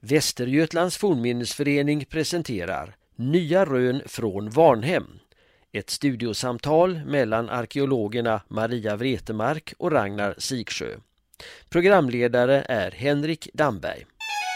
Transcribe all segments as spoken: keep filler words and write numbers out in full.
Västergötlands fornminnesförening presenterar Nya rön från Varnhem. Ett studiosamtal mellan arkeologerna Maria Vretemark och Ragnar Sigsjö. Programledare är Henrik Damberg.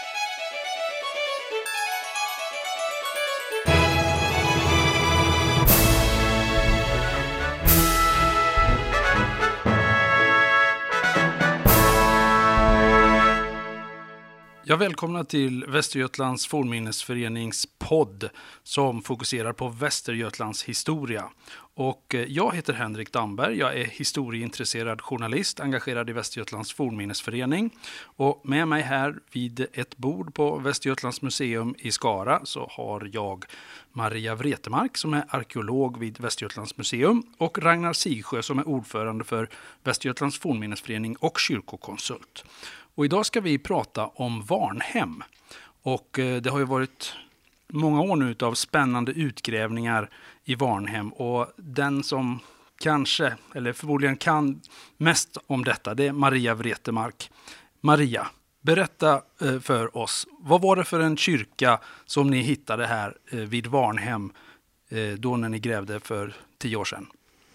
Jag välkomnar till Västergötlands fornminnesförenings podd som fokuserar på Västergötlands historia. Och jag heter Henrik Damberg, jag är historieintresserad journalist engagerad i Västergötlands fornminnesförening. Och med mig här vid ett bord på Västergötlands museum i Skara så har jag Maria Vretemark som är arkeolog vid Västergötlands museum och Ragnar Sigsjö som är ordförande för Västergötlands fornminnesförening och kyrkokonsult. Och idag ska vi prata om Varnhem. Och det har ju varit många år nu av spännande utgrävningar i Varnhem. Och den som kanske, eller förmodligen kan mest om detta, det är Maria Vretemark. Maria, berätta för oss, vad var det för en kyrka som ni hittade här vid Varnhem då när ni grävde för tio år sedan?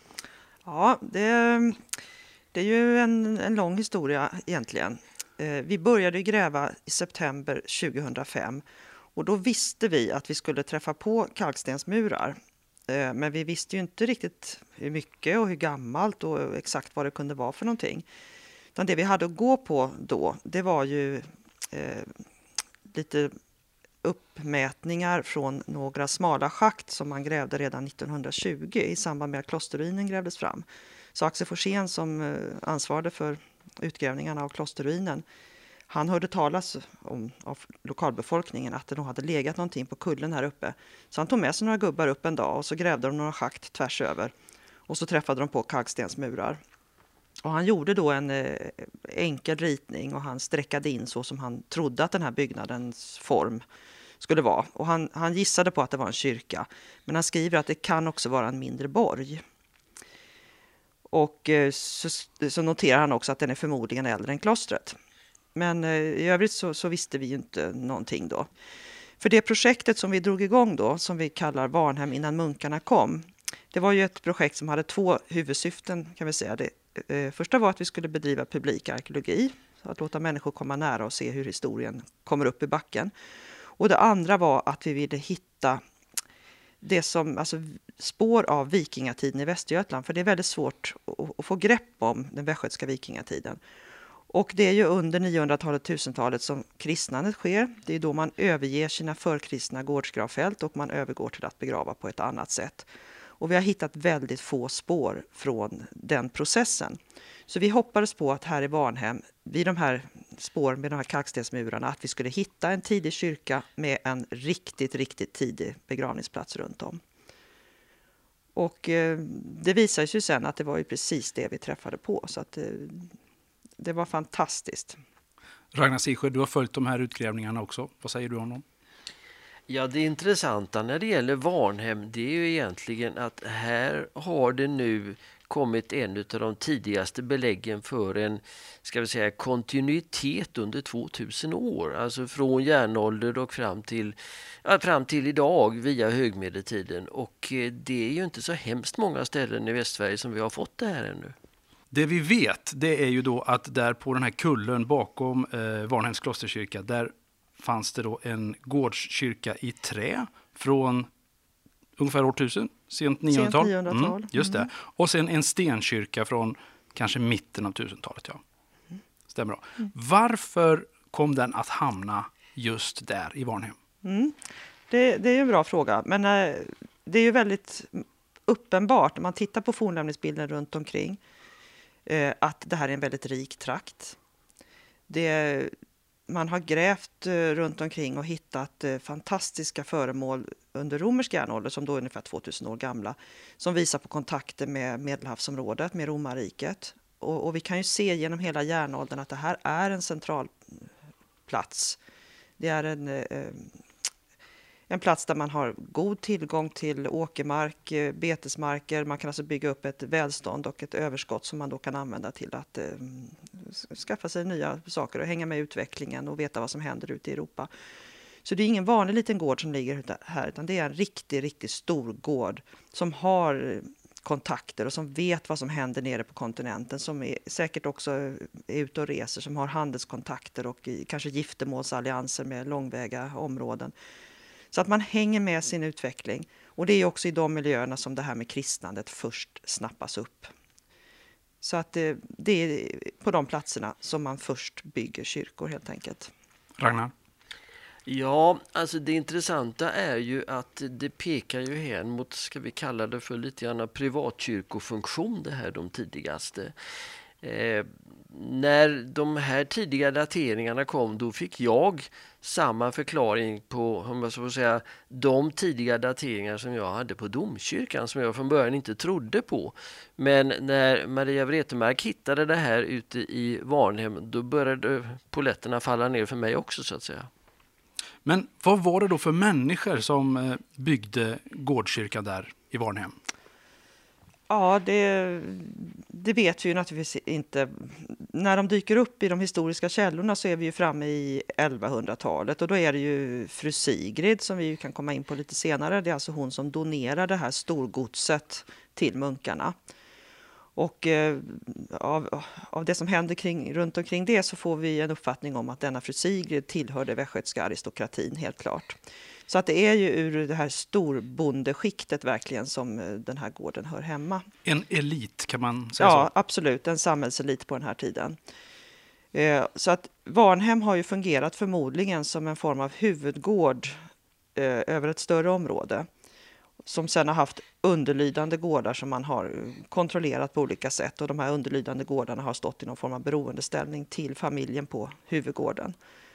Ja, det, det är ju en, en lång historia egentligen. Vi började gräva i september tjugohundrafem och då visste vi att vi skulle träffa på kalkstensmurar. Men vi visste ju inte riktigt hur mycket och hur gammalt och exakt vad det kunde vara för någonting. Utan det vi hade att gå på då, det var ju eh, lite uppmätningar från några smala schakt som man grävde redan nittonhundratjugo i samband med att klosterruinen grävdes fram. Så Axel Forsén som eh, ansvarade för utgrävningarna av klosterruinen, han hörde talas om av lokalbefolkningen att det nog hade legat någonting på kullen här uppe. Så han tog med sig några gubbar upp en dag och så grävde de några schakt tvärs över. Och så träffade de på kalkstensmurar. Och han gjorde då en eh, enkel ritning och han sträckade in så som han trodde att den här byggnadens form skulle vara. Och han, han gissade på att det var en kyrka. Men han skriver att det kan också vara en mindre borg. Och så, så noterar han också att den är förmodligen äldre än klostret. Men i övrigt så, så visste vi ju inte någonting då. För det projektet som vi drog igång då, som vi kallar Varnhem innan munkarna kom, det var ju ett projekt som hade två huvudsyften kan vi säga. Det eh, första var att vi skulle bedriva publikarkeologi, så att låta människor komma nära och se hur historien kommer upp i backen. Och det andra var att vi ville hitta det som, alltså spår av vikingatiden i Västergötland, för det är väldigt svårt att, att få grepp om den västgötska vikingatiden. Och det är ju under niohundratalet, tusentalet som kristnandet sker. Det är då man överger sina förkristna gårdsgravfält och man övergår till att begrava på ett annat sätt. Och vi har hittat väldigt få spår från den processen. Så vi hoppades på att här i Varnhem, vid de här spåren med de här kalkstensmurarna, att vi skulle hitta en tidig kyrka med en riktigt, riktigt tidig begravningsplats runt om. Och eh, det visade sig sen att det var ju precis det vi träffade på. Så att eh, det var fantastiskt. Ragnar Sigsjö, du har följt de här utgrävningarna också. Vad säger du om dem? Ja, det intressanta när det gäller Varnhem, det är ju egentligen att här har det nu kommit en av de tidigaste beläggen för en, ska vi säga, kontinuitet under tvåtusen år. Alltså från järnålder och fram till, ja, fram till idag via högmedeltiden. Och det är ju inte så hemskt många ställen i Västsverige som vi har fått det här ännu. Det vi vet, det är ju då att där på den här kullen bakom eh, Varnhems klosterkyrka, där fanns det då en gårdskyrka i trä från ungefär årtusen, sent niohundratal. Sent niohundratal. Mm, just det. Och sen en stenkyrka från kanske mitten av tusentalet. Ja. Stämmer bra. Mm. Varför kom den att hamna just där i Varnhem? Mm. Det, det är ju en bra fråga, men äh, det är ju väldigt uppenbart när man tittar på fornlämningsbilden runt omkring äh, att det här är en väldigt rik trakt. Det Man har grävt runt omkring och hittat fantastiska föremål under romersk järnålder som då är ungefär tvåtusen år gamla, som visar på kontakter med Medelhavsområdet, med romarriket. Och, och vi kan ju se genom hela järnåldern att det här är en central plats. Det är en, eh, en plats där man har god tillgång till åkermark, betesmarker. Man kan alltså bygga upp ett välstånd och ett överskott som man då kan använda till att eh, skaffa sig nya saker och hänga med i utvecklingen och veta vad som händer ute i Europa. Så det är ingen vanlig liten gård som ligger här, utan det är en riktigt, riktigt stor gård som har kontakter och som vet vad som händer nere på kontinenten, som är säkert också är ute och reser, som har handelskontakter och kanske giftermålsallianser med långväga områden. Så att man hänger med sin utveckling. Och det är också i de miljöerna som det här med kristnandet först snappas upp. Så att det, det är på de platserna som man först bygger kyrkor helt enkelt. Ragnar? Ja, alltså det intressanta är ju att det pekar ju hän mot, ska vi kalla det för lite grann privatkyrkofunktion, det här de tidigaste. Eh, när de här tidiga dateringarna kom, då fick jag samma förklaring på, om jag så får säga, de tidiga dateringar som jag hade på domkyrkan, som jag från början inte trodde på. Men när Maria Wretemark hittade det här ute i Varnhem, då började poletterna falla ner för mig också, så att säga. Men vad var det då för människor som byggde gårdkyrkan där i Varnhem? Ja, det, det vet vi ju naturligtvis inte. När de dyker upp i de historiska källorna så är vi ju framme i elvahundratalet, och då är det ju fru Sigrid som vi ju kan komma in på lite senare. Det är alltså hon som donerar det här storgodset till munkarna. Och eh, av, av det som händer kring, runt omkring det så får vi en uppfattning om att denna fru Sigrid tillhörde västgötska aristokratin, helt klart. Så att det är ju ur det här storbondeskiktet verkligen som den här gården hör hemma. En elit, kan man säga ja, så? Ja, absolut. En samhällselit på den här tiden. Eh, så att Varnhem har ju fungerat förmodligen som en form av huvudgård eh, över ett större område, som sedan har haft underlydande gårdar som man har kontrollerat på olika sätt. Och de här underlydande gårdarna har stått i någon form av beroendeställning till familjen på huvudgården.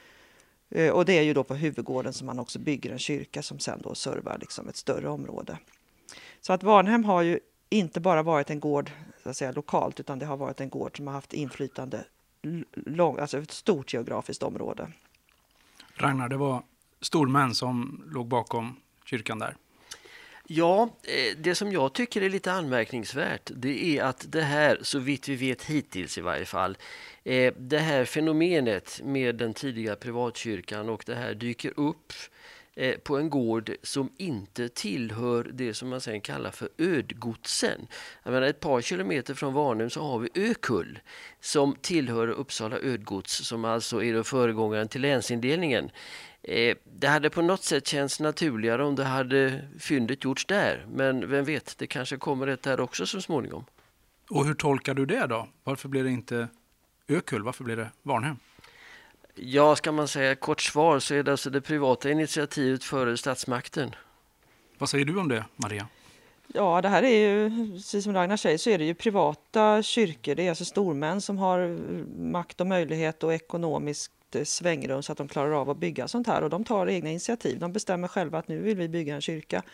Och det är ju då på huvudgården som man också bygger en kyrka som sen då servar liksom ett större område. Så att Varnhem har ju inte bara varit en gård, så att säga, lokalt, utan det har varit en gård som har haft inflytande lång, alltså ett stort geografiskt område. Ragnar, det var stormän som låg bakom kyrkan där. Ja, det som jag tycker är lite anmärkningsvärt, det är att det här, så vitt vi vet hittills i varje fall, det här fenomenet med den tidiga privatkyrkan och det här dyker upp på en gård som inte tillhör det som man sen kallar för ödgodsen. Jag menar, ett par kilometer från Varnhem så har vi Ökull som tillhör Uppsala ödgods, som alltså är då föregångaren till länsindelningen. Det hade på något sätt känts naturligare om det hade fyndet gjorts där. Men vem vet, det kanske kommer ett där också så småningom. Och hur tolkar du det då? Varför blir det inte Ökull? Varför blir det Varnhem? Ja, ska man säga kort svar så är det alltså det privata initiativet före statsmakten. Vad säger du om det, Maria? Ja, det här är ju, precis som Ragnar säger, så är det ju privata kyrkor. Det är alltså stormän som har makt och möjlighet och ekonomiskt svängrum så att de klarar av att bygga sånt här. Och de tar egna initiativ. De bestämmer själva att nu vill vi bygga en kyrka.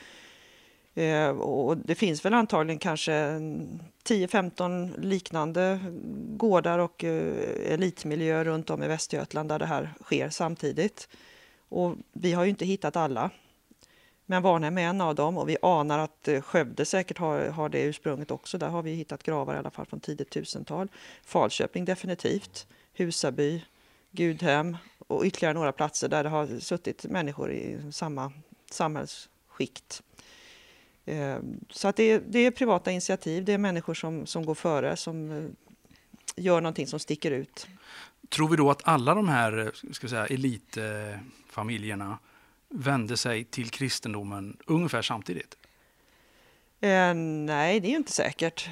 Eh, och det finns väl antagligen kanske tio femton liknande gårdar och eh, elitmiljöer runt om i Västergötland där det här sker samtidigt. Och vi har ju inte hittat alla. Men Varnhem är en av dem, och vi anar att Skövde säkert har, har det ursprunget också. Där har vi hittat gravar i alla fall från tidigt tusental. Falköping definitivt. Husaby, Gudhem och ytterligare några platser där det har suttit människor i samma samhällsskikt. Så att det, är, det är privata initiativ, det är människor som, som går före, som gör någonting som sticker ut. Tror vi då att alla de här, ska vi säga, elitfamiljerna vände sig till kristendomen ungefär samtidigt? Eh, nej, det är ju inte säkert.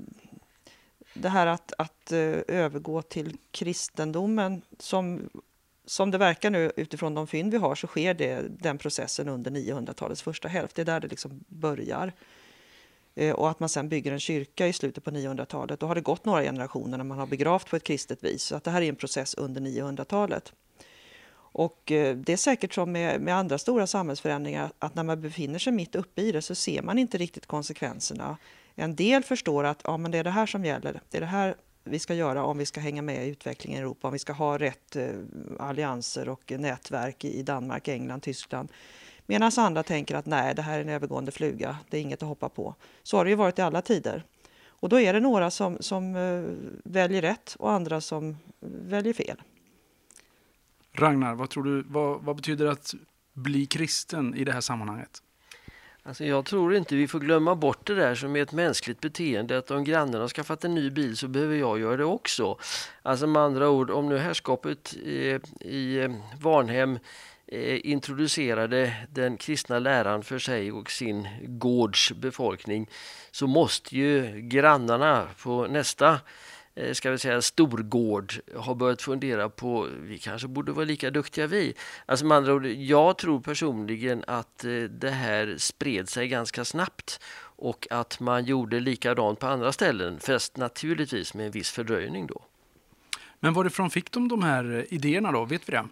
Det här att, att uh, övergå till kristendomen, som, som det verkar nu utifrån de fynd vi har, så sker det, den processen under niohundratalets första hälft. Det är där det liksom börjar. Uh, och att man sen bygger en kyrka i slutet på niohundratalet. Då har det gått några generationer när man har begravt på ett kristet vis. Så att det här är en process under niohundratalet. Och uh, det är säkert som med, med andra stora samhällsförändringar, att när man befinner sig mitt uppe i det så ser man inte riktigt konsekvenserna. En del förstår att ja, men det är det här som gäller. Det är det här vi ska göra om vi ska hänga med i utvecklingen i Europa. Om vi ska ha rätt eh, allianser och nätverk i Danmark, England, Tyskland. Medan andra tänker att nej, det här är en övergående fluga. Det är inget att hoppa på. Så har det ju varit i alla tider. Och då är det några som, som uh, väljer rätt och andra som väljer fel. Ragnar, vad tror du, vad, vad betyder att bli kristen i det här sammanhanget? Alltså jag tror inte vi får glömma bort det där som är ett mänskligt beteende, att om grannarna har skaffat en ny bil så behöver jag göra det också. Alltså med andra ord, om nu herrskapet i, i Varnhem eh, introducerade den kristna läran för sig och sin gårds befolkning, så måste ju grannarna på nästa ska vi säga storgård har börjat fundera på, vi kanske borde vara lika duktiga vi. Alltså med andra ord, jag tror personligen att det här spred sig ganska snabbt och att man gjorde likadant på andra ställen, fast naturligtvis med en viss fördröjning då. Men varifrån fick de de här idéerna då? Vet vi det?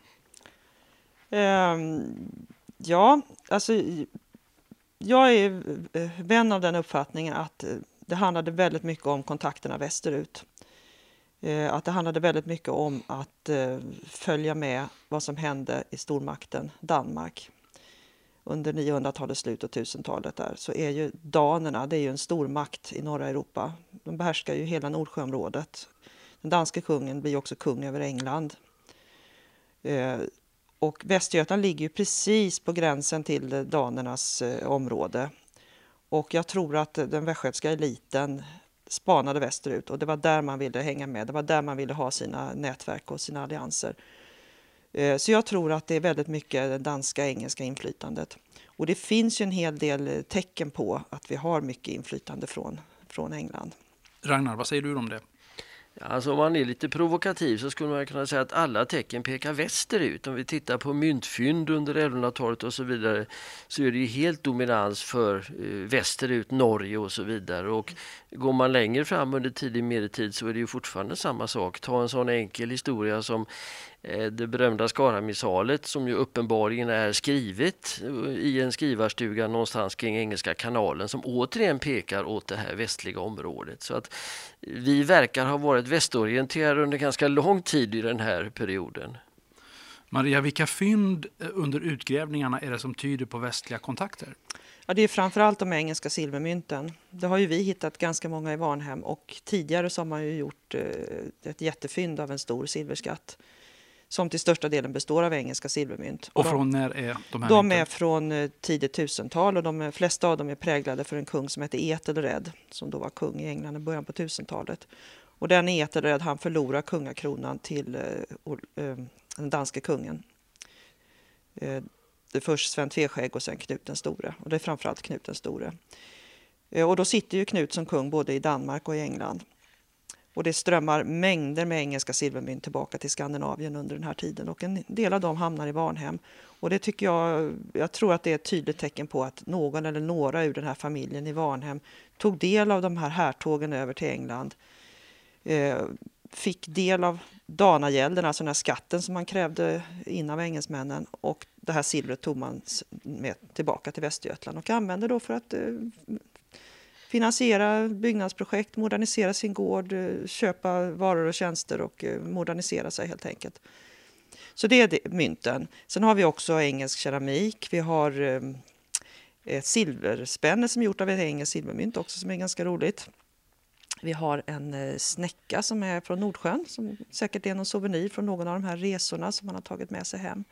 Um, ja, alltså jag är vän av den uppfattningen att det handlade väldigt mycket om kontakterna västerut. Att det handlade väldigt mycket om att följa med vad som hände i stormakten Danmark. Under niohundratalets slut och tusentalet där så är ju danerna, det är ju en stormakt i norra Europa. De behärskar ju hela Nordsjöområdet. Den danska kungen blir också kung över England. Och Västergötland ligger ju precis på gränsen till danernas område. Och jag tror att den västgötska eliten spanade västerut och det var där man ville hänga med. Det var där man ville ha sina nätverk och sina allianser. Så jag tror att det är väldigt mycket det danska engelska inflytandet. Och det finns ju en hel del tecken på att vi har mycket inflytande från, från England. Ragnar, vad säger du om det? Alltså om man är lite provokativ så skulle man kunna säga att alla tecken pekar västerut. Om vi tittar på myntfynd under elvahundratalet och så vidare så är det ju helt dominans för västerut, Norge och så vidare. Och går man längre fram under tidig medeltid så är det ju fortfarande samma sak. Ta en sån enkel historia som det berömda Skara-missalet som ju uppenbarligen är skrivet i en skrivarstuga någonstans kring Engelska kanalen som återigen pekar åt det här västliga området. Så att vi verkar ha varit västorienterade under ganska lång tid i den här perioden. Maria, vilka fynd under utgrävningarna är det som tyder på västliga kontakter? Ja, det är framförallt de engelska silvermynten. Det har ju vi hittat ganska många i Varnhem och tidigare så har man ju gjort ett jättefynd av en stor silverskatt som till största delen består av engelska silvermynt. Och, och från de, när är de här De mynten? är från tidigt tusental och de flesta av dem är präglade för en kung som heter Ethelred som då var kung i England i början på tusentalet. Och den Ethelred, han förlorar kungakronan till uh, uh, den danska kungen. Uh, det är först Sven Tveskägg och sen Knut den store. Och det är framförallt Knut den store. Uh, och då sitter ju Knut som kung både i Danmark och i England. Och det strömmar mängder med engelska silvermynt tillbaka till Skandinavien under den här tiden. Och en del av dem hamnar i Varnhem. Och det tycker jag, jag tror att det är ett tydligt tecken på att någon eller några ur den här familjen i Varnhem tog del av de här härtågen över till England. Eh, fick del av danagälden, alltså den här skatten som man krävde in av engelsmännen. Och det här silvret tog man med tillbaka till Västergötland och använde då för att... Eh, finansiera byggnadsprojekt, modernisera sin gård, köpa varor och tjänster och modernisera sig helt enkelt. Så det är det, mynten. Sen har vi också engelsk keramik. Vi har ett silverspänne som är gjort av ett engelskt silvermynt också som är ganska roligt. Vi har en snäcka som är från Nordsjön som säkert är någon souvenir från någon av de här resorna som man har tagit med sig hem.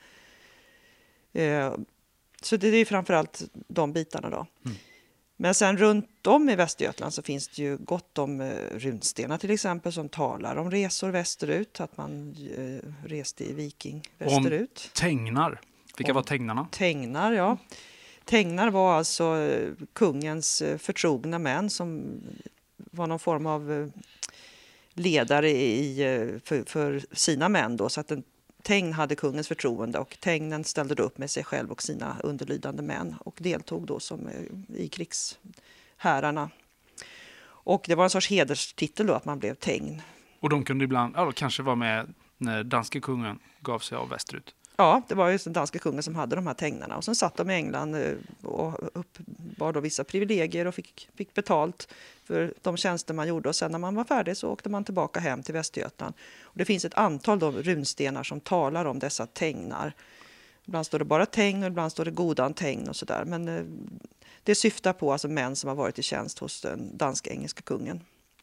Så det är framförallt de bitarna då. Mm. Men sen runt om i Västergötland så finns det ju gott om runstenar till exempel som talar om resor västerut, att man eh, reste i viking västerut. Om Tegnar. Vilka om var Tegnarna? Tegnar, ja. Tegnar var alltså kungens förtrogna män som var någon form av ledare i, för, för sina män då, så att en Tegn hade kungens förtroende och Tegnen ställde då upp med sig själv och sina underlydande män och deltog då som i krigshärarna. Och det var en sorts hederstitel då att man blev Tegn. Och de kunde ibland, ja, kanske vara med när danske kungen gav sig av västerut. Ja, det var ju den danska kungen som hade de här tegnarna. Och sen satt de i England och uppbar då vissa privilegier och fick, fick betalt för de tjänster man gjorde. Och sen när man var färdig så åkte man tillbaka hem till Västergötland. Och det finns ett antal då runstenar som talar om dessa tegnar. Ibland står det bara tegn och ibland står det godan tegn och sådär. Men det syftar på alltså män som har varit i tjänst hos den danska engelska kungen.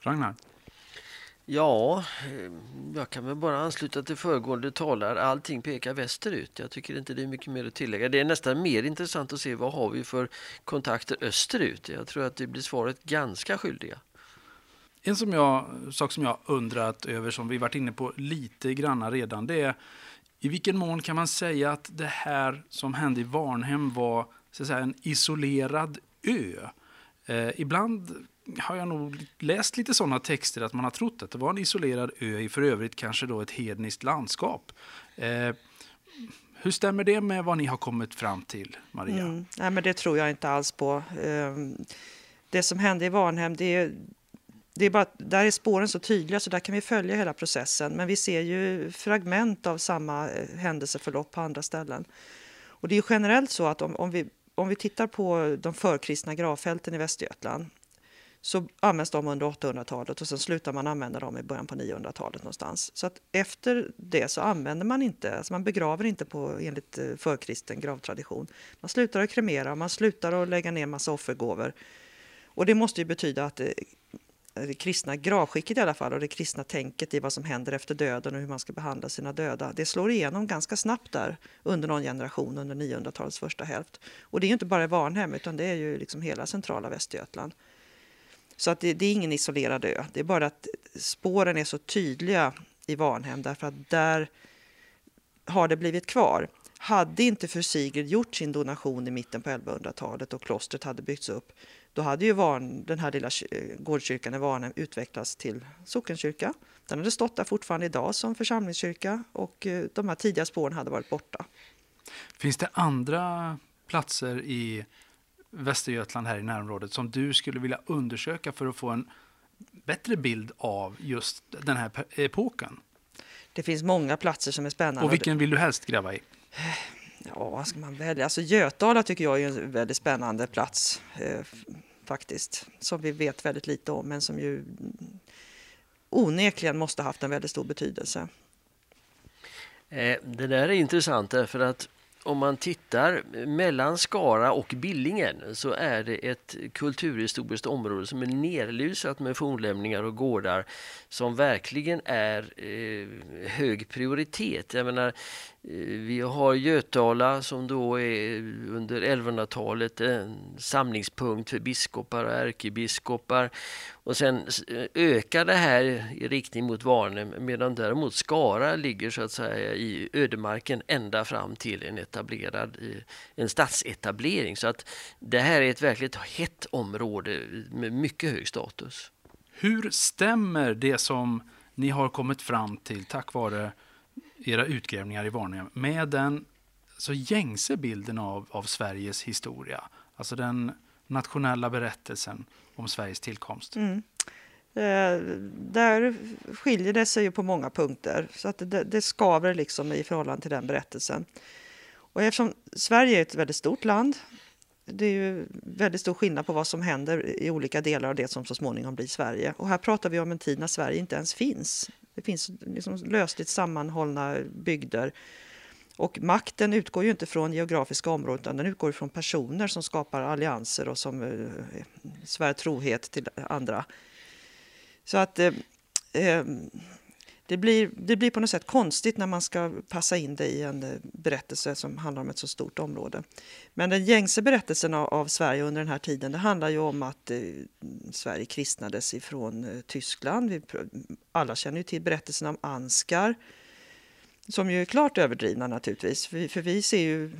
Ragnar? Ja, jag kan väl bara ansluta till föregående talare. Allting pekar västerut. Jag tycker inte det är mycket mer att tillägga. Det är nästan mer intressant att se vad har vi för kontakter österut. Jag tror att det blir svaret ganska skyldiga. En som jag, sak som jag undrat över, som vi varit inne på lite granna redan, det är i vilken mån kan man säga att det här som hände i Varnhem var så att säga, en isolerad ö? Eh, ibland har jag nog läst lite sådana texter att man har trott att det var en isolerad ö i för övrigt kanske då ett hedniskt landskap. Eh, hur stämmer det med vad ni har kommit fram till, Maria? Mm. Nej, men det tror jag inte alls på. Eh, det som hände i Varnhem, det är Det är bara, där är spåren så tydliga så där kan vi följa hela processen. Men vi ser ju fragment av samma händelseförlopp på andra ställen. Och det är ju generellt så att om, om, vi, om vi tittar på de förkristna gravfälten i Västergötland så används de under åttahundratalet och sen slutar man använda dem i början på niohundratalet någonstans. Så att efter det så använder man inte, alltså man begraver inte på enligt förkristen gravtradition. Man slutar att kremera, man slutar att lägga ner massa offergåvor. Och det måste ju betyda att det, det kristna gravskicket i alla fall och det kristna tänket i vad som händer efter döden och hur man ska behandla sina döda. Det slår igenom ganska snabbt där under någon generation under niohundratalets första hälft. Och det är ju inte bara i Varnhem utan det är ju liksom hela centrala Västergötland. Så att det, det är ingen isolerad ö. Det är bara att spåren är så tydliga i Varnhem därför att där har det blivit kvar. Hade inte fru Sigrid gjort sin donation i mitten på elvahundratalet och klostret hade byggts upp, då hade ju Varn, den här lilla gårdskyrkan i Varnhem utvecklats till sockenkyrka. Den hade stått där fortfarande idag som församlingskyrka och de här tidiga spåren hade varit borta. Finns det andra platser i Västergötland här i närområdet som du skulle vilja undersöka för att få en bättre bild av just den här epoken? Det finns många platser som är spännande. Och vilken vill du helst gräva i? Ja, vad ska man välja? Alltså Götala tycker jag är en väldigt spännande plats eh, faktiskt. Som vi vet väldigt lite om men som ju onekligen måste ha haft en väldigt stor betydelse. Eh, det där är intressant därför att om man tittar mellan Skara och Billingen så är det ett kulturhistoriskt område som är nerlusat med fornlämningar och gårdar som verkligen är eh, hög prioritet. Jag menar, eh, vi har Götala som då är under elvahundratalet en samlingspunkt för biskopar och ärkebiskopar. Och sen ökar det här i riktning mot Varnhem medan däremot Skara ligger så att säga i ödemarken ända fram till en etablerad en stadsetablering. Så att det här är ett verkligt hett område med mycket hög status. Hur stämmer det som ni har kommit fram till tack vare era utgrävningar i Varnhem med den så gängse bilden av, av Sveriges historia? Alltså den nationella berättelsen om Sveriges tillkomst. Mm. Eh, där skiljer det sig ju på många punkter. Så att det, det skaver liksom i förhållande till den berättelsen. Och eftersom Sverige är ett väldigt stort land, det är ju väldigt stor skillnad på vad som händer i olika delar av det som så småningom blir Sverige. Och här pratar vi om en tid när Sverige inte ens finns. Det finns liksom lösligt sammanhållna bygder. Och makten utgår ju inte från geografiska områden utan den utgår från personer som skapar allianser och som eh, svär trohet till andra. Så att eh, det, blir, det blir på något sätt konstigt när man ska passa in det i en berättelse som handlar om ett så stort område. Men den gängse berättelsen av, av Sverige under den här tiden det handlar ju om att eh, Sverige kristnades ifrån eh, Tyskland. Vi, alla känner ju till berättelsen om Ansgar. Som ju är klart överdrivna naturligtvis. För, för vi ser ju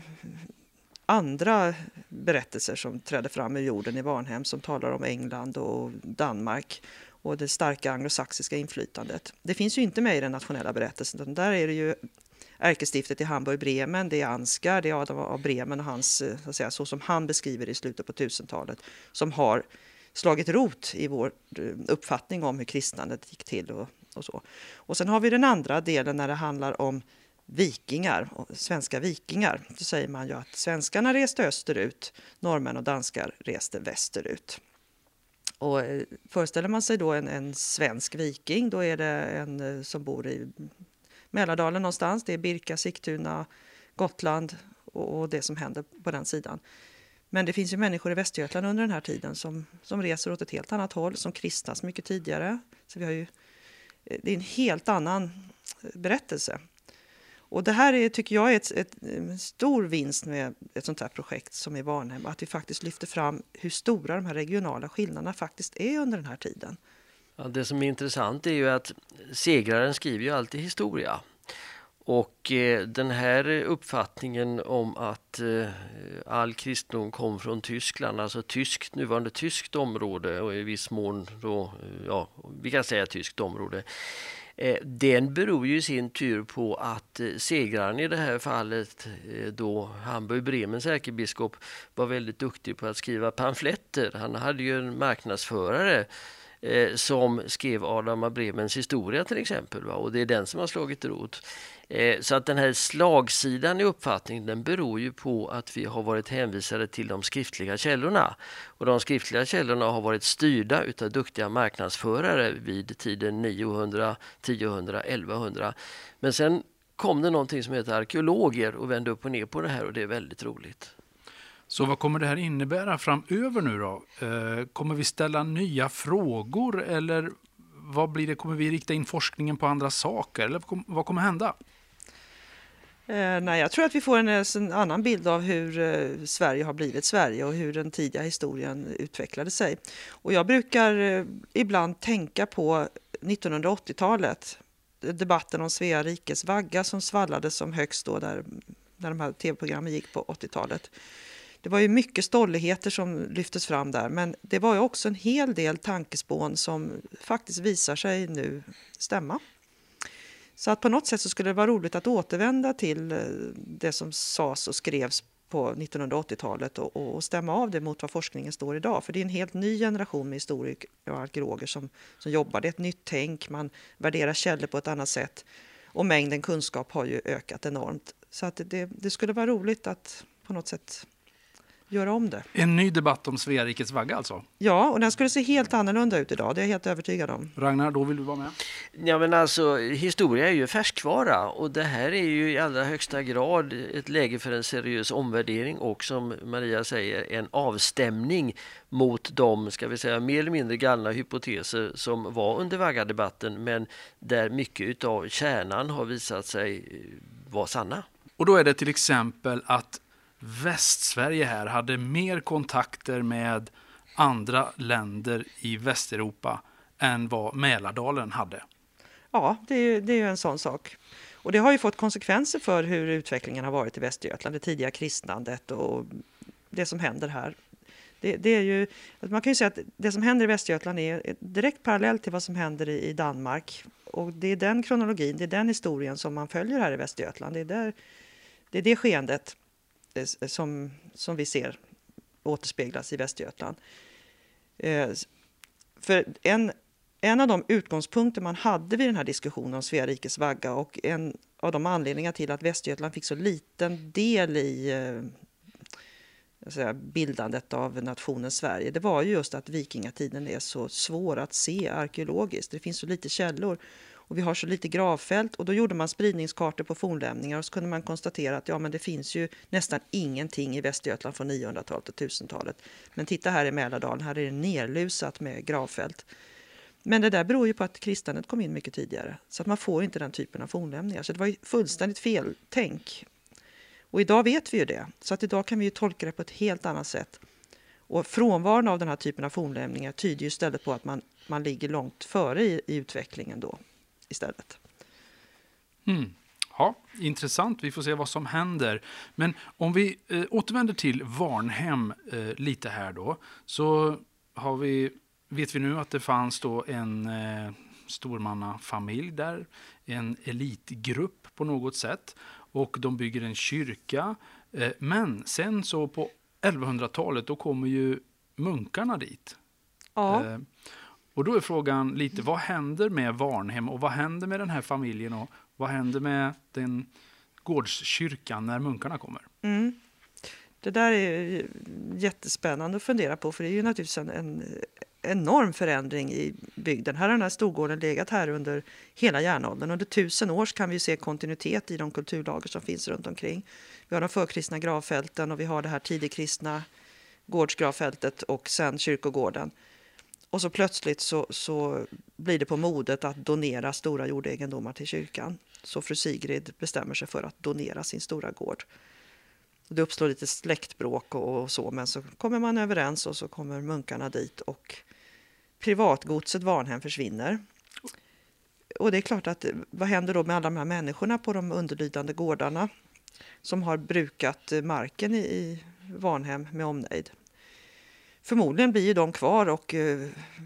andra berättelser som trädde fram ur jorden i Varnhem som talar om England och Danmark och det starka anglosaxiska inflytandet. Det finns ju inte med i den nationella berättelsen. Utan där är det ju ärkestiftet i Hamburg-Bremen, det är Ansgar, det är Adam av Bremen och hans, så att säga, så som han beskriver i slutet på tusentalet som har slagit rot i vår uppfattning om hur kristnandet gick till och Och, så. Och sen har vi den andra delen när det handlar om vikingar, svenska vikingar. Då säger man ju att svenskarna reste österut, norrmän och danskar reste västerut. Och föreställer man sig då en, en svensk viking, då är det en som bor i Mälardalen någonstans. Det är Birka, Sigtuna, Gotland och, och det som händer på den sidan. Men det finns ju människor i Västergötland under den här tiden som, som reser åt ett helt annat håll, som kristnas mycket tidigare. Så vi har ju, det är en helt annan berättelse. Och det här är, tycker jag är ett, ett, en stor vinst med ett sånt här projekt som är Varnhem. Att vi faktiskt lyfter fram hur stora de här regionala skillnaderna faktiskt är under den här tiden. Ja, det som är intressant är ju att segraren skriver ju alltid historia. Och eh, den här uppfattningen om att eh, all kristendom kom från Tyskland, alltså tyskt, nuvarande tyskt område och i viss mån då, ja, vi kan säga tyskt område, eh, den beror ju i sin tur på att eh, segraren i det här fallet, eh, då Hamburg-Bremens ärkebiskop, var väldigt duktig på att skriva pamfletter. Han hade ju en marknadsförare eh, som skrev Adam av Bremens historia till exempel, va? Och det är den som har slagit rot. Så att den här slagsidan i uppfattningen, den beror ju på att vi har varit hänvisade till de skriftliga källorna. Och de skriftliga källorna har varit styrda utav duktiga marknadsförare vid tiden niohundra, tiohundra, elvahundra. Men sen kom det någonting som heter arkeologer och vände upp och ner på det här, och det är väldigt roligt. Så vad kommer det här innebära framöver nu då? Kommer vi ställa nya frågor, eller vad blir det? Kommer vi rikta in forskningen på andra saker, eller vad kommer hända? Eh, nej, jag tror att vi får en, en annan bild av hur eh, Sverige har blivit Sverige och hur den tidiga historien utvecklade sig. Och jag brukar eh, ibland tänka på nittonhundraåttiotalet, debatten om Svea rikes vagga som svallade som högst då där, när de här tv-programmen gick på åttiotalet. Det var ju mycket stolligheter som lyftes fram där, men det var ju också en hel del tankespån som faktiskt visar sig nu stämma. Så att på något sätt så skulle det vara roligt att återvända till det som sades och skrevs på nittonhundraåttiotalet och, och stämma av det mot vad forskningen står idag. För det är en helt ny generation med historiker och arkeologer som, som jobbar. Det är ett nytt tänk, man värderar källor på ett annat sätt och mängden kunskap har ju ökat enormt. Så att det, det skulle vara roligt att på något sätt göra om det. En ny debatt om Svea rikes vagga alltså? Ja, och den skulle se helt annorlunda ut idag. Det är jag helt övertygad om. Ragnar, då vill du vara med? Ja, men alltså, historia är ju färskvara, och det här är ju i allra högsta grad ett läge för en seriös omvärdering och, som Maria säger, en avstämning mot de, ska vi säga, mer eller mindre galna hypoteser som var under vaggadebatten, men där mycket av kärnan har visat sig vara sanna. Och då är det till exempel att Västsverige här hade mer kontakter med andra länder i Västeuropa än vad Mälardalen hade. Ja, det är, det är ju en sån sak. Och det har ju fått konsekvenser för hur utvecklingen har varit i Västergötland, det tidiga kristnandet och det som händer här. Det, det är ju, man kan ju säga att det som händer i Västergötland är direkt parallellt till vad som händer i, i Danmark. Och det är den kronologin, det är den historien som man följer här i Västergötland. Det är, där, det, är det skeendet som, som vi ser återspeglas i Västergötland. Eh, för en, en av de utgångspunkter man hade vid den här diskussionen om Svea rikes vagga och en av de anledningar till att Västergötland fick så liten del i eh, säga, bildandet av nationen Sverige, det var ju just att vikingatiden är så svår att se arkeologiskt. Det finns så lite källor. Och vi har så lite gravfält, och då gjorde man spridningskartor på fornlämningar och så kunde man konstatera att ja, men det finns ju nästan ingenting i Västergötland från niohundratalet och tusentalet. Men titta här i Mälardalen, här är det nerlusat med gravfält. Men det där beror ju på att kristandet kom in mycket tidigare, så att man får inte den typen av fornlämningar. Så det var ju fullständigt fel tänk. Och idag vet vi ju det, så att idag kan vi ju tolka det på ett helt annat sätt. Och frånvaron av den här typen av fornlämningar tyder ju istället på att man, man ligger långt före i, i utvecklingen då. Istället. Mm. Ja, intressant. Vi får se vad som händer. Men om vi eh, återvänder till Varnhem eh, lite här då, så har vi, vet vi nu att det fanns då en eh, stormannafamilj där, en elitgrupp på något sätt, och de bygger en kyrka. Eh, men sen så på elvahundratalet då kommer ju munkarna dit. Ja. Eh, Och då är frågan lite, vad händer med Varnhem och vad händer med den här familjen och vad händer med den gårdskyrkan när munkarna kommer? Mm. Det där är jättespännande att fundera på, för det är ju naturligtvis en, en enorm förändring i bygden. Här har den här storgården legat här under hela järnåldern. Under tusen år kan vi se kontinuitet i de kulturlager som finns runt omkring. Vi har de förkristna gravfälten och vi har det här tidigkristna gårdsgravfältet och sen kyrkogården. Och så plötsligt så, så blir det på modet att donera stora jordegendomar till kyrkan. Så fru Sigrid bestämmer sig för att donera sin stora gård. Det uppstår lite släktbråk och så, men så kommer man överens och så kommer munkarna dit och privatgodset Varnhem försvinner. Och det är klart att vad händer då med alla de här människorna på de underlydande gårdarna som har brukat marken i Varnhem med omnejd? Förmodligen blir ju de kvar och uh,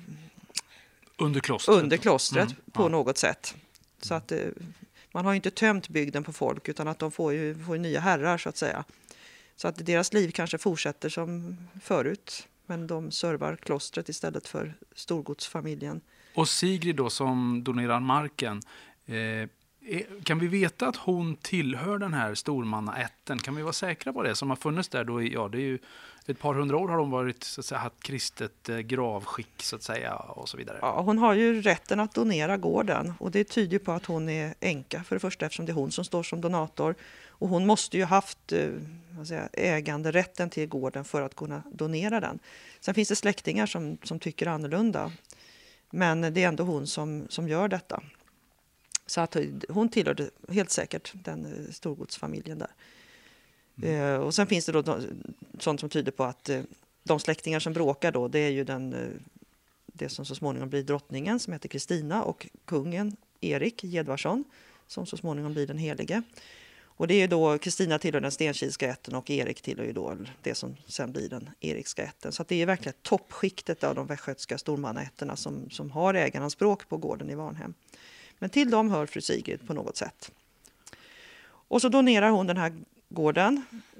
under klostret, under klostret mm. på ja. något sätt. Så att uh, man har ju inte tömt bygden på folk utan att de får ju, får ju nya herrar så att säga. Så att deras liv kanske fortsätter som förut, men de servar klostret istället för storgodsfamiljen. Och Sigrid då som donerar marken, eh, kan vi veta att hon tillhör den här stormannaätten? Kan vi vara säkra på det? Som har funnits där då, ja det är ju ett par hundra år har de varit så att säga haft kristet eh, gravskick så att säga och så vidare. Ja, hon har ju rätten att donera gården och det tyder på att hon är änka för det första eftersom det är hon som står som donator. Och hon måste ju haft eh, vad säger, äganderätten till gården för att kunna donera den. Sen finns det släktingar som, som tycker annorlunda. Men det är ändå hon som, som gör detta. Så att hon tillhörde helt säkert den storgodsfamiljen där. Mm. Eh, och sen finns det då sånt som tyder på att eh, de släktingar som bråkar då, det är ju den, eh, det som så småningom blir drottningen som heter Kristina och kungen Erik Gedvarsson som så småningom blir den helige. Och det är ju då, Kristina tillhör den Stenkilska ätten och Erik tillhör ju då det som sen blir den Erikska ätten. Så att det är verkligen toppskiktet av de västgötska stormannaätterna som, som har ägaranspråk på gården i Varnhem. Men till dem hör fru Sigrid på något sätt. Och så donerar hon den här gården.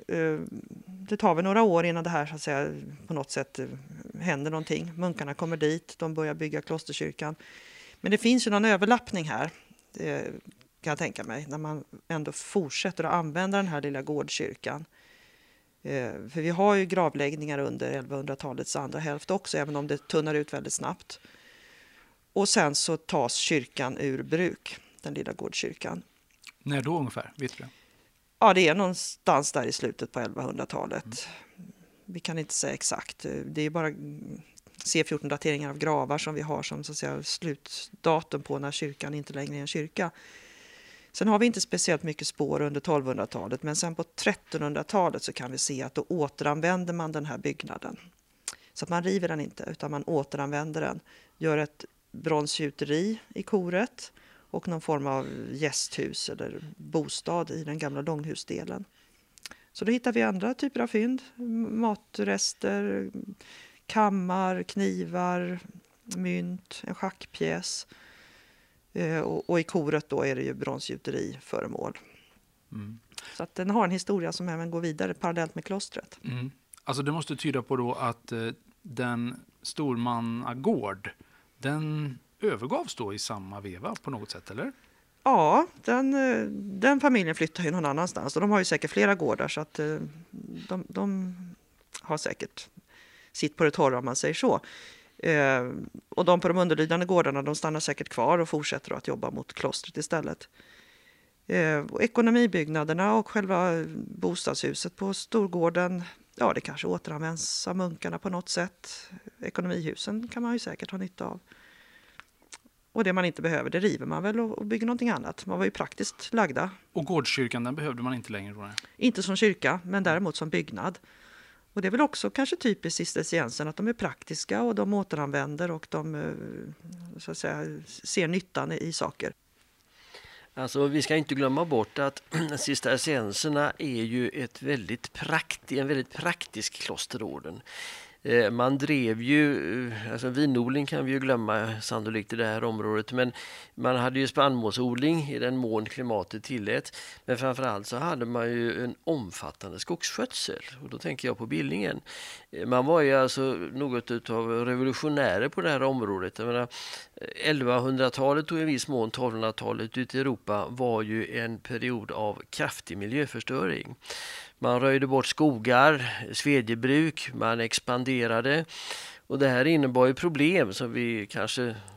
Det tar väl några år innan det här så att säga, på något sätt händer någonting. Munkarna kommer dit, de börjar bygga klosterkyrkan. Men det finns ju någon överlappning här. Kan jag tänka mig, när man ändå fortsätter att använda den här lilla gårdskyrkan. Eh, för vi har ju gravläggningar under elvahundratalets andra hälft också, även om det tunnar ut väldigt snabbt. Och sen så tas kyrkan ur bruk, den lilla gårdskyrkan. När då ungefär, vet du? Ja, det är någonstans där i slutet på elvahundratalet. Mm. Vi kan inte säga exakt, det är bara C fjorton-dateringar av gravar som vi har som så att säga, slutdatum på när kyrkan inte längre är en kyrka. Sen har vi inte speciellt mycket spår under tolvhundratalet, men sen på trettonhundratalet så kan vi se att då återanvänder man den här byggnaden. Så att man river den inte, utan man återanvänder den. Gör ett bronsgjuteri i koret och någon form av gästhus eller bostad i den gamla långhusdelen. Så då hittar vi andra typer av fynd. Matrester, kammar, knivar, mynt, en schackpjäs. Och, och i koret då är det ju bronsgjuteriföremål. Mm. Så att den har en historia som även går vidare parallellt med klostret. Mm. Alltså det måste tyda på då att eh, den stormannagård, den övergavs då i samma veva på något sätt, eller? Ja, den, den familjen flyttar ju någon annanstans. Och de har ju säkert flera gårdar så att de, de har säkert sitt på det torra om man säger så. Eh, och de på de underlydande gårdarna de stannar säkert kvar och fortsätter att jobba mot klostret istället. Eh, och ekonomibyggnaderna och själva bostadshuset på storgården, ja det kanske återanvänds av munkarna på något sätt. Ekonomihusen kan man ju säkert ha nytta av. Och det man inte behöver, det river man väl och, och bygger någonting annat. Man var ju praktiskt lagda. Och gårdskyrkan, den behövde man inte längre då? Inte som kyrka, men däremot som byggnad. Och det är väl också kanske typiskt cistercienserna att de är praktiska och de återanvänder och de så att säga, ser nyttan i saker. Alltså vi ska inte glömma bort att cistercienserna är ju ett väldigt prakt, en väldigt praktisk klosterorden. Man drev ju, alltså vinodling kan vi ju glömma sannolikt i det här området, men man hade ju spannmålsodling i den mån klimatet tillät. Men framförallt så hade man ju en omfattande skogsskötsel och då tänker jag på Billingen. Man var ju alltså något av revolutionärer på det här området. Jag menar, elvahundratalet och i viss mån tolvhundratalet ute i Europa var ju en period av kraftig miljöförstöring. Man röjde bort skogar, svedjebruk, man expanderade och det här innebar ju problem som vi kanske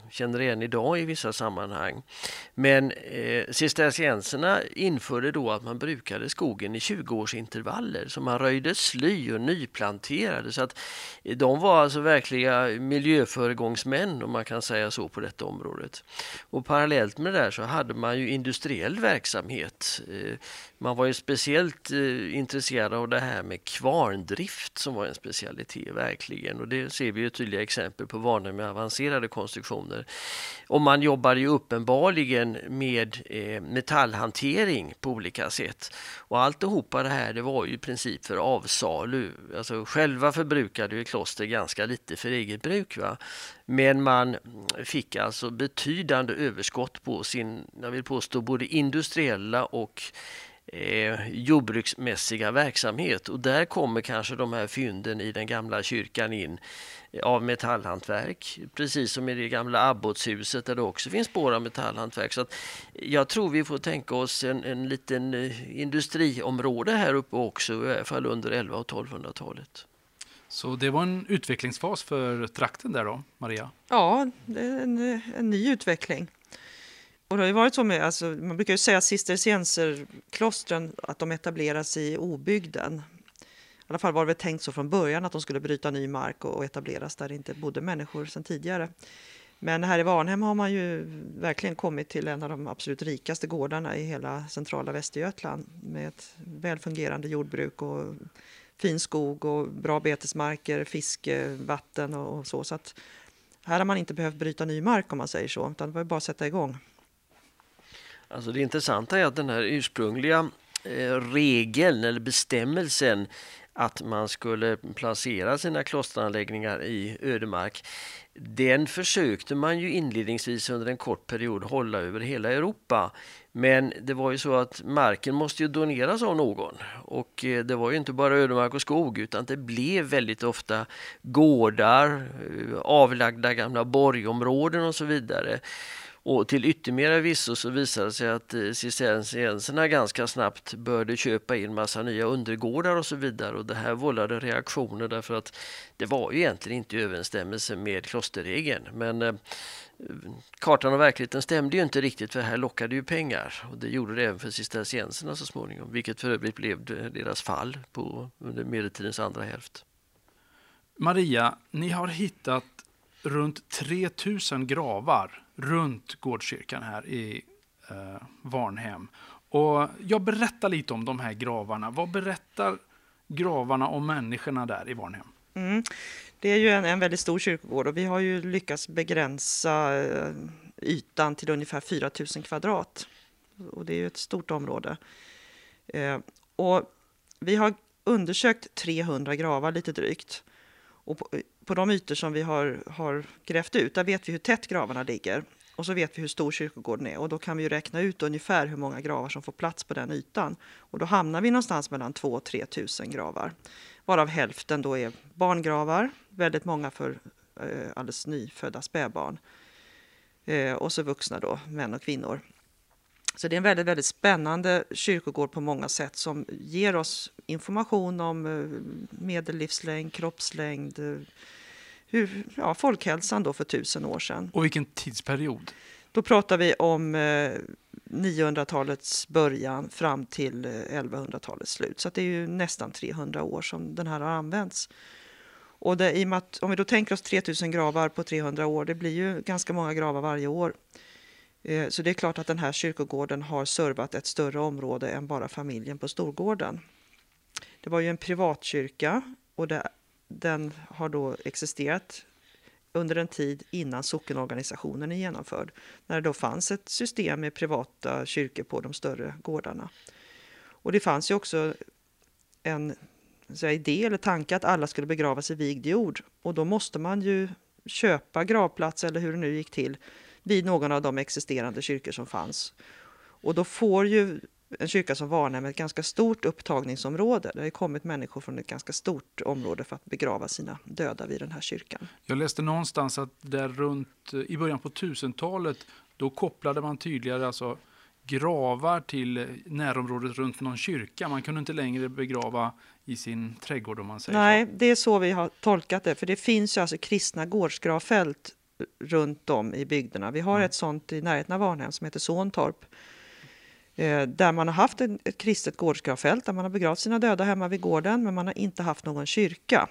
känner igen idag i vissa sammanhang. Men eh, cistercienserna införde då att man brukade skogen i tjugo-årsintervaller, så man röjde sly och nyplanterade, så att de var alltså verkliga miljöföregångsmän, om man kan säga så, på detta området. Och parallellt med det där så hade man ju industriell verksamhet. Eh, man var ju speciellt eh, intresserad av det här med kvarndrift, som var en specialitet verkligen, och det ser vi ju tydliga exempel på Varnhem med avancerade konstruktioner. Och man jobbade ju uppenbarligen med eh, metallhantering på olika sätt. Och alltihopa det här, det var ju i princip för avsalu. Alltså själva förbrukade ju kloster ganska lite för eget bruk, va? Men man fick alltså betydande överskott på sin, jag vill påstå, både industriella och Eh, jordbruksmässiga verksamhet, och där kommer kanske de här fynden i den gamla kyrkan in eh, av metallhantverk, precis som i det gamla abbottshuset där det också finns spår av metallhantverk. Så att jag tror vi får tänka oss en, en liten eh, industriområde här uppe också, i alla fall under elva- och tolvhundratalet. Så det var en utvecklingsfas för trakten där då, Maria? Ja, det är en, en ny utveckling. Och det har ju varit så med, alltså, man brukar ju säga att cistercienserklostren, att de etableras i obygden. I alla fall var det väl tänkt så från början, att de skulle bryta ny mark och, och etableras där det inte bodde människor sedan tidigare. Men här i Varnhem har man ju verkligen kommit till en av de absolut rikaste gårdarna i hela centrala Västergötland, med ett välfungerande jordbruk och fin skog och bra betesmarker, fiske, vatten och, och så. Så att här har man inte behövt bryta ny mark, om man säger så, utan det var bara att sätta igång. Alltså det intressanta är att den här ursprungliga eh, regeln eller bestämmelsen att man skulle placera sina klosteranläggningar i ödemark, den försökte man ju inledningsvis under en kort period hålla över hela Europa. Men det var ju så att marken måste ju doneras av någon, och det var ju inte bara ödemark och skog, utan det blev väldigt ofta gårdar, avlagda gamla borgområden och så vidare. Och till yttermera visso så visade det sig att cistercienserna ganska snabbt började köpa in massa nya undergårdar och så vidare. Och det här vållade reaktioner, därför att det var ju egentligen inte i överensstämmelse med klosterregeln. Men eh, kartan och verkligheten stämde ju inte riktigt, för här lockade ju pengar. Och det gjorde det även för cistercienserna så småningom, vilket för övrigt blev deras fall på under medeltidens andra hälft. Maria, ni har hittat runt tre tusen gravar runt gårdskyrkan här i eh, Varnhem. Och jag berättar lite om de här gravarna. Vad berättar gravarna om människorna där i Varnhem? Mm. Det är ju en, en väldigt stor kyrkogård, och vi har ju lyckats begränsa eh, ytan till ungefär fyra tusen kvadrat. Och det är ju ett stort område. Eh, och vi har undersökt trehundra gravar, lite drygt. Och på, på de ytor som vi har, har grävt ut, där vet vi hur tätt gravarna ligger. Och så vet vi hur stor kyrkogården är. Och då kan vi ju räkna ut ungefär hur många gravar som får plats på den ytan. Och då hamnar vi någonstans mellan två och tre tusen gravar. Varav hälften då är barngravar. Väldigt många för eh, alldeles nyfödda spädbarn. Eh, och så vuxna då, män och kvinnor. Så det är en väldigt, väldigt spännande kyrkogård på många sätt, som ger oss information om medellivslängd, kroppslängd, hur, ja, folkhälsan då för tusen år sedan. Och vilken tidsperiod? Då pratar vi om eh, niohundratalets början fram till elvahundratalets slut. Så att det är ju nästan trehundra år som den här har använts. Och det, i och med att, om vi då tänker oss tre tusen gravar på trehundra år, det blir ju ganska många gravar varje år. Så det är klart att den här kyrkogården har servat ett större område än bara familjen på Storgården. Det var ju en privatkyrka, och det, den har då existerat under en tid innan sockenorganisationen är genomförd. När det då fanns ett system med privata kyrkor på de större gårdarna. Och det fanns ju också en så här, idé eller tanke att alla skulle begravas i vigd jord. Och då måste man ju köpa gravplats, eller hur det nu gick till, vid någon av de existerande kyrkor som fanns. Och då får ju en kyrka som Varnhem ett ganska stort upptagningsområde. Det har kommit människor från ett ganska stort område för att begrava sina döda vid den här kyrkan. Jag läste någonstans att där runt i början på tusentalet, då kopplade man tydligare alltså gravar till närområdet runt någon kyrka. Man kunde inte längre begrava i sin trädgård, om man säger Nej, så. det är så vi har tolkat det. För det finns ju alltså kristna gårdsgravfält runt om i bygderna. Vi har mm. ett sånt i närheten av Varnhem som heter Såntorp. Eh, där man har haft ett, ett kristet gårdsgravfält där man har begravt sina döda hemma vid gården, men man har inte haft någon kyrka.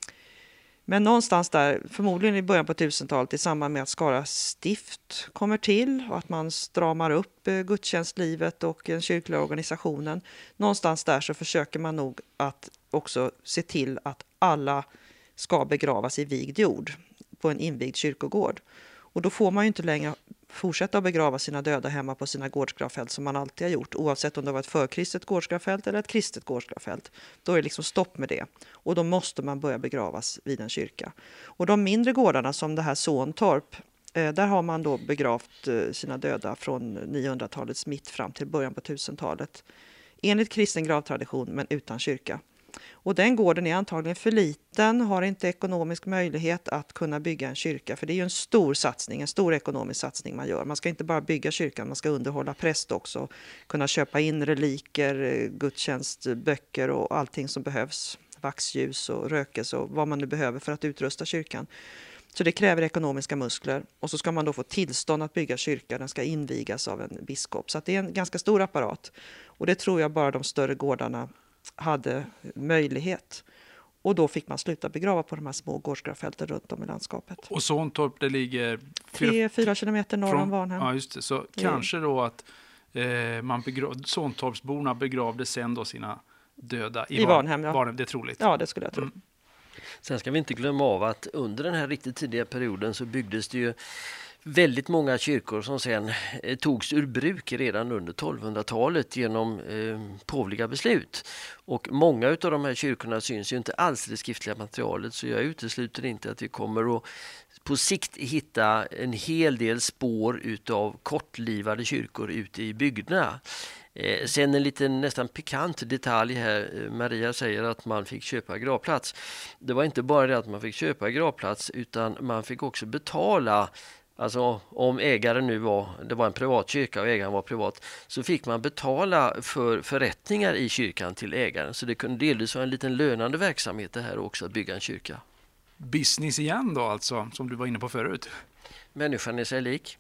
Men någonstans där, förmodligen i början på tusentalet, i samband med att Skara stift kommer till och att man stramar upp eh, gudstjänstlivet och den kyrkliga organisationen. Någonstans där så försöker man nog att också se till att alla ska begravas i vigd jord på en invigd kyrkogård. Och då får man ju inte längre fortsätta att begrava sina döda hemma på sina gårdsgravfält som man alltid har gjort, oavsett om det var ett förkristet gårdsgravfält eller ett kristet gårdsgravfält. Då är det liksom stopp med det. Och då måste man börja begravas vid en kyrka. Och de mindre gårdarna som det här Såntorp, eh, där har man då begravt eh, sina döda från niohundratalets mitt fram till början på tusentalet. Enligt kristen gravtradition men utan kyrka. Och den gården är antagligen för liten, har inte ekonomisk möjlighet att kunna bygga en kyrka. För det är ju en stor satsning, en stor ekonomisk satsning man gör. Man ska inte bara bygga kyrkan, man ska underhålla präst också. Kunna köpa in reliker, gudstjänstböcker och allting som behövs. Vaxljus och rökelse och vad man nu behöver för att utrusta kyrkan. Så det kräver ekonomiska muskler. Och så ska man då få tillstånd att bygga kyrka. Den ska invigas av en biskop. Så att det är en ganska stor apparat. Och det tror jag bara de större gårdarna hade möjlighet. Och då fick man sluta begrava på de här små gårdsgravfälten runt om i landskapet. Och Såntorp, det ligger fyra, tre, fyra kilometer norr om Varnhem. Ja, just det. Så det kanske då att eh, man begrav, Såntorpsborna begravde sen då sina döda i, I Varnhem. Ja. Varnhem, det är troligt. Ja, det skulle jag tro. Mm. Sen ska vi inte glömma av att under den här riktigt tidiga perioden så byggdes det ju väldigt många kyrkor som sen eh, togs ur bruk redan under tolvhundratalet genom eh, påvliga beslut. Och många av de här kyrkorna syns ju inte alls i det skriftliga materialet, så jag utesluter inte att vi kommer att på sikt hitta en hel del spår utav kortlivade kyrkor ute i bygderna. Eh, sen en liten nästan pikant detalj här. Maria säger att man fick köpa gravplats. Det var inte bara det att man fick köpa gravplats, utan man fick också betala. Alltså om ägaren nu var, det var en privat kyrka och ägaren var privat, så fick man betala för förrättningar i kyrkan till ägaren. Så det kunde delvis vara en liten lönande verksamhet det här också, att bygga en kyrka. Business igen då alltså, som du var inne på förut. Människan är sig lik.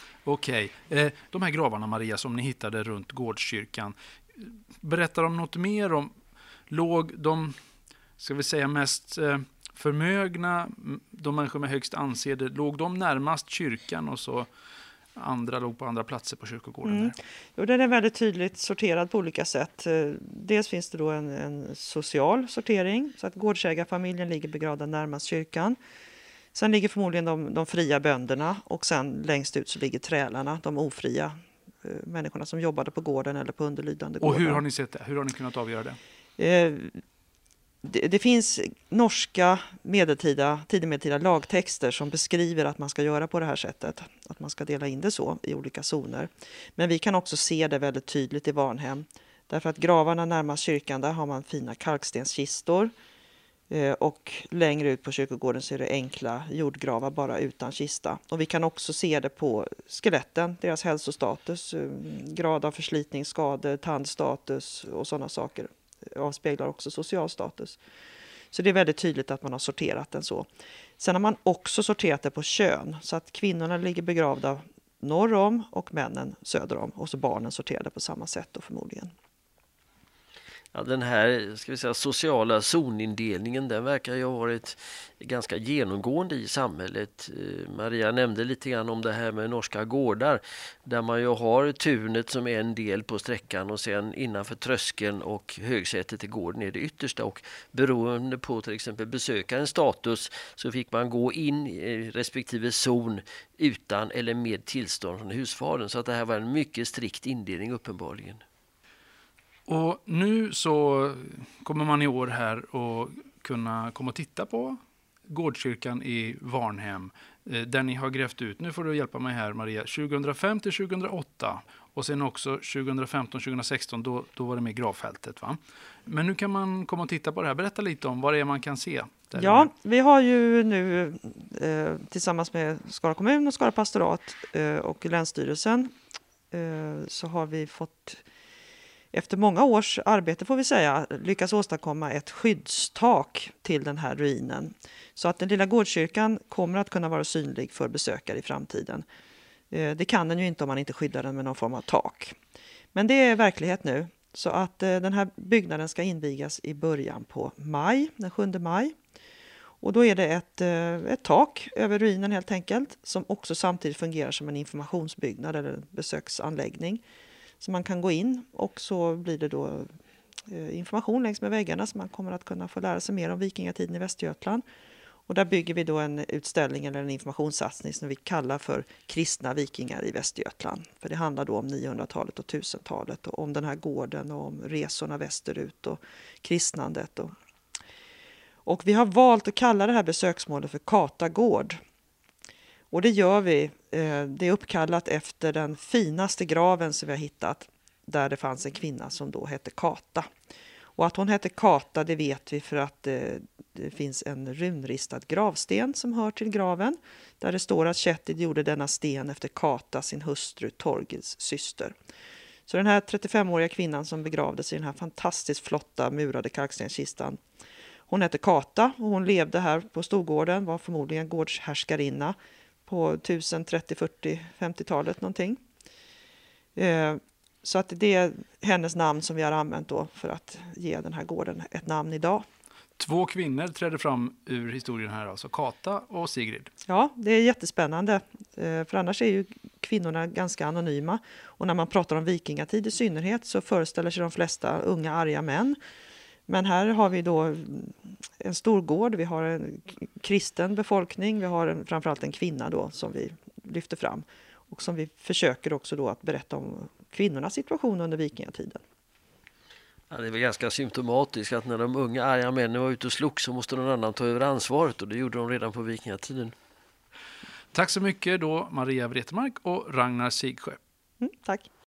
Okej, eh, de här gravarna, Maria, som ni hittade runt gårdskyrkan, berättar de något mer om, låg de, ska vi säga mest eh, förmögna, de människor med högst anseende, låg de närmast kyrkan och så andra låg på andra platser på kyrkogården? Mm. Jo, den är väldigt tydligt sorterad på olika sätt. Dels finns det då en, en social sortering, så att gårdsägarfamiljen ligger begravda närmast kyrkan. Sen ligger förmodligen de, de fria bönderna, och sen längst ut så ligger trälarna, de ofria eh, människorna som jobbade på gården eller på underlydande gårdar. Och hur har ni sett det? Hur har ni kunnat avgöra det? Eh, det, det finns norska medeltida, tidigmedeltida lagtexter som beskriver att man ska göra på det här sättet. Att man ska dela in det så i olika zoner. Men vi kan också se det väldigt tydligt i Varnhem. Därför att gravarna närmast kyrkan, där har man fina kalkstenskistor. Och längre ut på kyrkogården så är det enkla jordgravar bara utan kista. Och vi kan också se det på skeletten, deras hälsostatus, grad av förslitning, skador, tandstatus och sådana saker avspeglar också social status. Så det är väldigt tydligt att man har sorterat den så. Sen har man också sorterat det på kön, så att kvinnorna ligger begravda norr om och männen söder om, och så barnen sorterade på samma sätt då förmodligen. Ja, den här, ska vi säga, sociala zonindelningen, den verkar ju ha varit ganska genomgående i samhället. Maria nämnde lite grann om det här med norska gårdar, där man ju har tunet som är en del på sträckan, och sen innanför tröskeln och högsätet i gården är det yttersta, och beroende på till exempel besökarens status så fick man gå in i respektive zon utan eller med tillstånd från husfadern. Så att det här var en mycket strikt indelning uppenbarligen. Och nu så kommer man i år här och kunna komma och titta på gårdskyrkan i Varnhem, där ni har grävt ut. Nu får du hjälpa mig här, Maria. tjugohundrafem till tjugohundraåtta och sen också tjugohundrafemton tjugohundrasexton, då, då var det med gravfältet, va? Men nu kan man komma och titta på det här. Berätta lite om vad det är man kan se. Ja, vi har ju nu eh, tillsammans med Skara kommun och Skara pastorat eh, och Länsstyrelsen eh, så har vi fått efter många års arbete får vi säga lyckas åstadkomma ett skyddstak till den här ruinen. Så att den lilla gårdskyrkan kommer att kunna vara synlig för besökare i framtiden. Det kan den ju inte om man inte skyddar den med någon form av tak. Men det är verklighet nu. Så att den här byggnaden ska invigas i början på maj, den sjunde maj. Och då är det ett, ett tak över ruinen helt enkelt, som också samtidigt fungerar som en informationsbyggnad eller besöksanläggning. Så man kan gå in och så blir det då information längs med väggarna så man kommer att kunna få lära sig mer om vikingatiden i Västergötland. Och där bygger vi då en utställning eller en informationssatsning som vi kallar för kristna vikingar i Västergötland. För det handlar då om niohundratalet och tusentalet och om den här gården och om resorna västerut och kristnandet. Och, och vi har valt att kalla det här besöksmålet för Kata gård. Och det gör vi, det är uppkallat efter den finaste graven som vi har hittat där det fanns en kvinna som då hette Kata. Och att hon hette Kata det vet vi för att det, det finns en runristad gravsten som hör till graven. Där det står att Kettil gjorde denna sten efter Kata, sin hustru Torgils syster. Så den här trettiofemåriga kvinnan som begravdes i den här fantastiskt flotta murade kalkstenskistan. Hon hette Kata och hon levde här på Storgården, var förmodligen gårdshärskarinna på tusen, trettio, fyrtio, femtiotalet någonting. Eh, Så att det är hennes namn som vi har använt då för att ge den här gården ett namn idag. Två kvinnor trädde fram ur historien här, alltså Kata och Sigrid. Ja, det är jättespännande. För annars är ju kvinnorna ganska anonyma. Och när man pratar om vikingatid i synnerhet så föreställer sig de flesta unga arga män. Men här har vi då en stor gård, vi har en kristen befolkning, vi har en, framförallt en kvinna då som vi lyfter fram. Och som vi försöker också då att berätta om kvinnornas situation under vikingatiden. Ja, det är väl ganska symptomatiskt att när de unga arga männen var ute och slog så måste någon annan ta över ansvaret och det gjorde de redan på vikingatiden. Tack så mycket då Maria Wretemark och Ragnar Sigsjö. Mm, tack.